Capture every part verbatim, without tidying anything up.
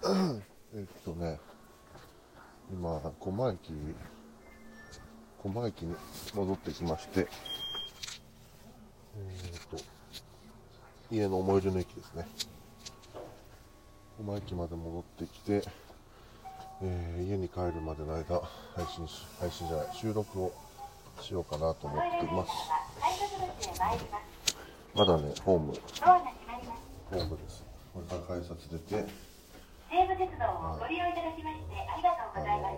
えっとね、今、狛江駅、狛江駅に戻ってきまして、えっと、家の最寄りの駅ですね。狛江駅まで戻ってきて、えー、家に帰るまでの間、配信し、配信じゃない、収録をしようかなと思っています。まだね、ホーム、ホームです。これから改札出て、 西武鉄道をご利用いただきましてありがとうございます。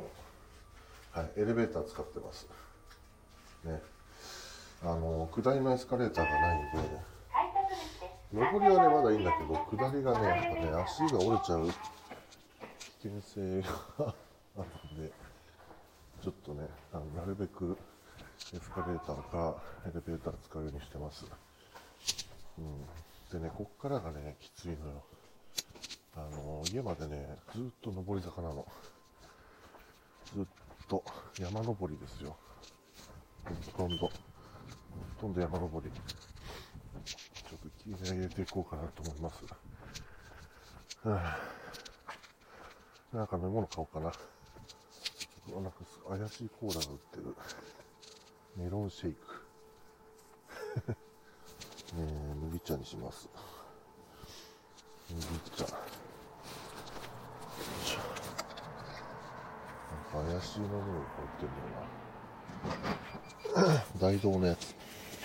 はい、エレベーター使ってます。ね、あの下りのエスカレーターがないんで、上りはねまだいいんだけど、下りがねやっぱね足が折れちゃう危険性があるんで、ちょっとねあのなるべくエスカレーターかエレベーター使うようにしてます。うん、でねこっからがねきついのよ。あの家までねずっと上り坂なの。ずっと山登りですよ。ほとんどほとんど山登り。ちょっと気合い入れていこうかなと思います。はあ、なんか飲み物買おうかな。なんか怪しいコーラが売ってる。メロンシェイク。ねえ、麦茶にします。麦茶。なんか怪しい飲み物が売ってるんだよな。大道のやつ。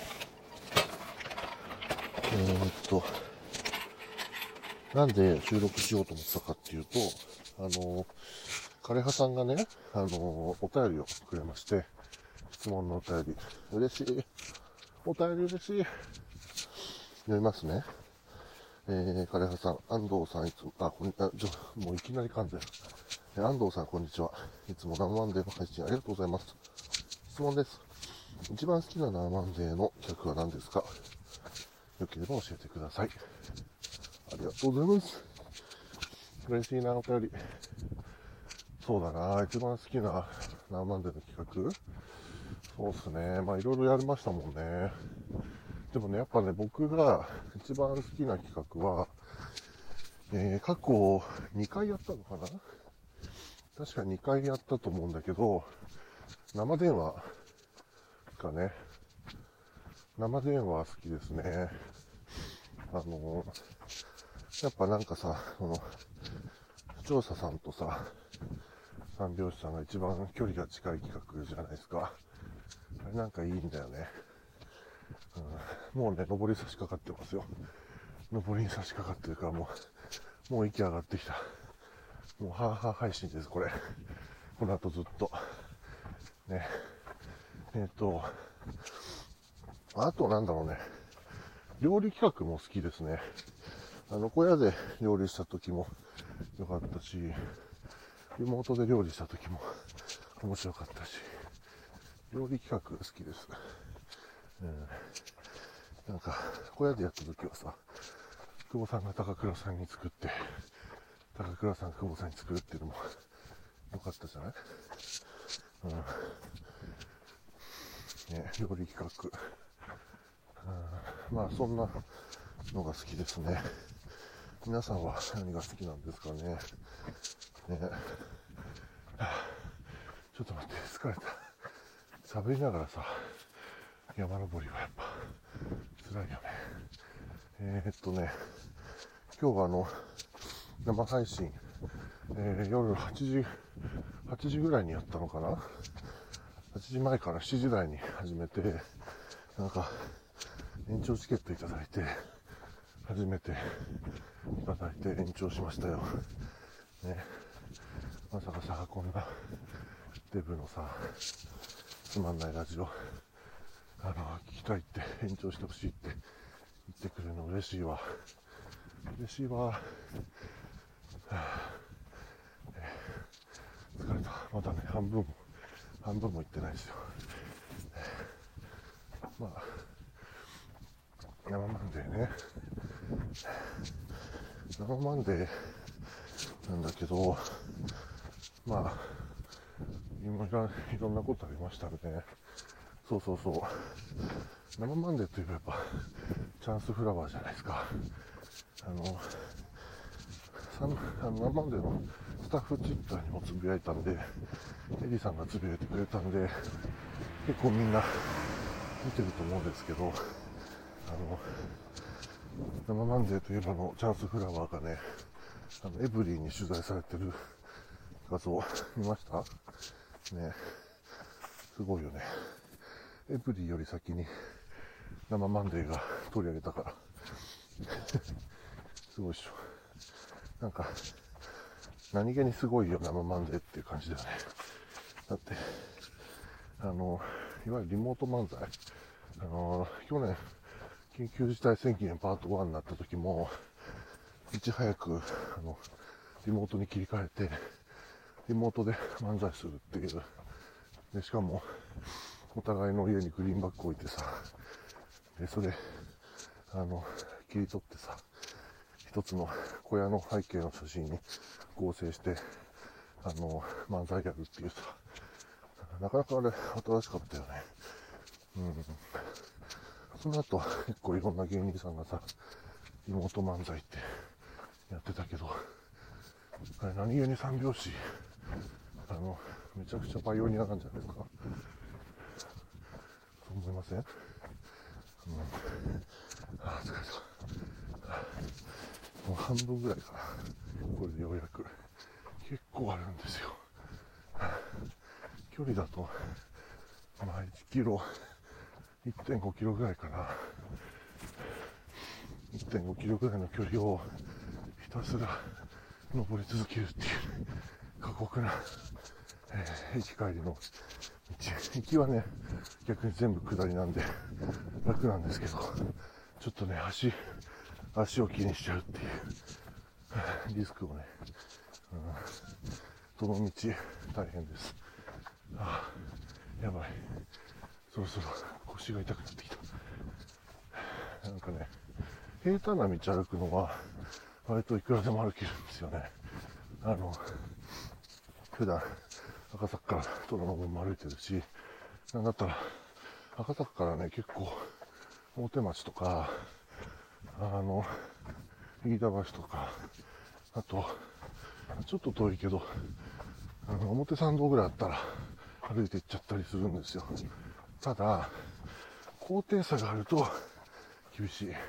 えーっと、なんで収録しようと思ったかっていうと、あの、枯葉さんがね、あの、お便りをくれまして、質問のお便り。嬉しい。お便り嬉しい。読みますね。えー、枯葉さん、安藤さんいつも、あ、こんあじゃもういきなり噛んでる。えー、安藤さん、こんにちは。いつも生マンデーの配信ありがとうございます。質問です。一番好きな生マンデーの企画は何ですか？よければ教えてください。ありがとうございます。嬉しいな、お便り。そうだな、一番好きな生マンデーの企画？そうっすね。まあいろいろやりましたもんね。でもね、やっぱね、僕が一番好きな企画は、えー、過去にかいやったのかな？確かにかいやったと思うんだけど、生電話がね、生電話好きですね。あのー、やっぱなんかさ、その、視聴者さんとさ、三拍子さんが一番距離が近い企画じゃないですか。あれなんかいいんだよね。うん、もうね、上り差し掛かってますよ。上りに差し掛かってるからもう、もう息上がってきた。もう、ハーハー配信です、これ。この後ずっと。ね。えっと、あとなんだろうね。料理企画も好きですね。あの、小屋で料理した時も良かったし、リモートで料理した時も面白かったし、料理企画好きです。うん、なんか、小屋でやった時はさ、久保さんが高倉さんに作って、高倉さん久保さんに作るっていうのも良かったじゃない？うん。ね、料理企画。うん、まあ、そんなのが好きですね。皆さんは何が好きなんですかね。ね、ちょっと待って、疲れた。喋りながらさ、山登りはやっぱ辛いよね。えー、っとね、今日はあの生配信、えー、夜はちじはちじぐらいにやったのかな。はちじまえからしちじ台に始めて、なんか延長チケットいただいて、初めていただいて延長しましたよ。ね、まさかさ、こんなデブのさ、つまんないラジオ、あの、聞きたいって延長してほしいって言ってくれるの嬉しいわ。嬉しいわ。はあ、疲れた。まだね、半分も、半分もいってないですよ。まあ、生マンデーね。生マンデーなんだけど、まあ、今いろんなことありましたね。そうそうそう。生マンデーといえばやっぱチャンスフラワーじゃないですか。あのさんあの生でのスタッフツイッターにもつぶやいたんで、エリさんがつぶやいてくれたんで、結構みんな見てると思うんですけど、あの生マンデーといえばのチャンスフラワーがね、あのエブリィに取材されてる画像見ましたね。すごいよね。エブリィより先に生マンデーが取り上げたからすごいっしょ。なんか何気にすごいよ生マンデーっていう感じだよね。だってあのいわゆるリモート漫才、あの去年緊急事態宣言パートワンになった時もいち早くあのリモートに切り替えてリモートで漫才するっていう。でしかもお互いの家にグリーンバッグ置いてさ、でそれあの切り取ってさ、一つの小屋の背景の写真に合成してあの漫才やるっていうさ、なかなかあれ新しかったよね。うん。その後結構いろんな芸人さんがさリモート漫才ってやってたけど、あれ何気に三拍子あのめちゃくちゃパイオニアなんじゃないですか。そう思いません？うん、あー疲れた。もう半分ぐらいかな。これでようやく結構あるんですよ。距離だとまあいちキロ いってんごキロぐらいかな。いってんごキロぐらいの距離をひたすら登り続けるっていう過酷な、えー、行き帰りの道。行きはね逆に全部下りなんで楽なんですけど、ちょっとね足足を気にしちゃうっていうリスクをね、うん、どの道大変です。ああやばい、そろそろ腰が痛くなってきた。なんかね平坦な道歩くのは割といくらでも歩けるんですよね。あの普段赤坂から虎ノ門も歩いてるし、なんだったら赤坂からね結構大手町とかあの飯田橋とか、あとちょっと遠いけどあの表参道ぐらいあったら歩いて行っちゃったりするんですよ。ただ高低差があると厳しい、うん、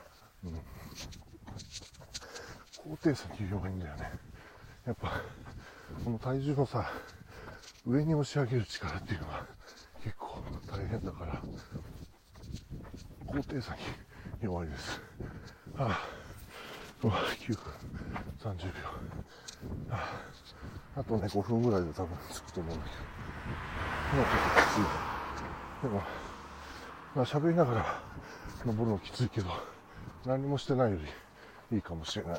高低差に弱いんだよね。やっぱこの体重のさ上に押し上げる力っていうのは結構大変だから高低差に弱いです。はあ、きゅうふんさんじゅうびょう、はあ、あとねごふんぐらいで多分着くと思うんだけど、今ちょっときついね。でもまあ喋りながら登るのきついけど何もしてないよりいいかもしれない、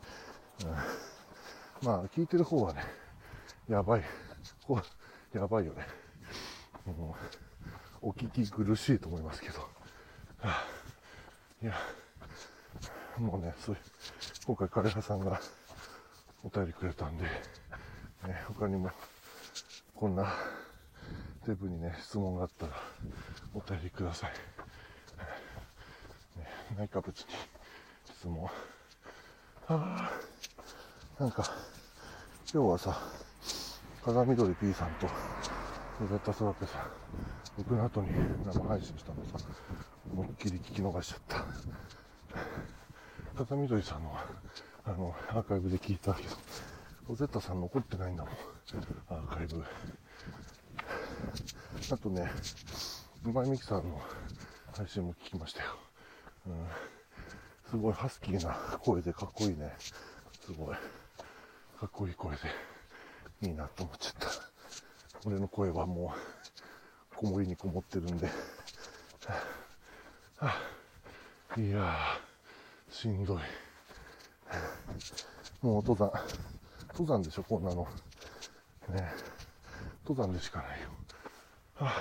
うん、まあ聞いてる方はねやばいこうやばいよね、もうお聞き苦しいと思いますけど、はあ、いやもうねそういう今回枯葉さんがお便りくれたんで、ね、他にもこんなデブにね質問があったらお便りください、ね、内科物に質問。はあ、なんか今日はさ風見鶏 P さんとロゼッタソラペさん僕の後に生配信したのさ思いっきり聞き逃しちゃった。風見鶏さんのあのアーカイブで聞いたけどロゼッタさん残ってないんだもんアーカイブ。あとねうまいミキさんの配信も聞きましたよ、うん、すごいハスキーな声でかっこいいね。すごいかっこいい声でいいなと思っちゃった。俺の声はもうこもりにこもってるんで、はあ、いやーしんどい。もう登山登山でしょこんなのね、登山でしかないよ。は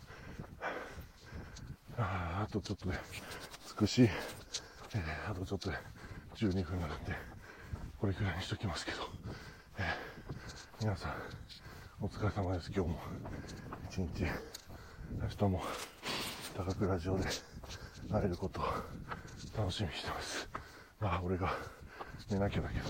あ、あ, あとちょっとで着くし、えー、あとちょっとでじゅうにふんになるんでこれくらいにしときますけど、えー、皆さんお疲れ様です。今日も一日、明日も高倉ラジオで会えることを楽しみにしてます。まあ俺が寝なきゃだけど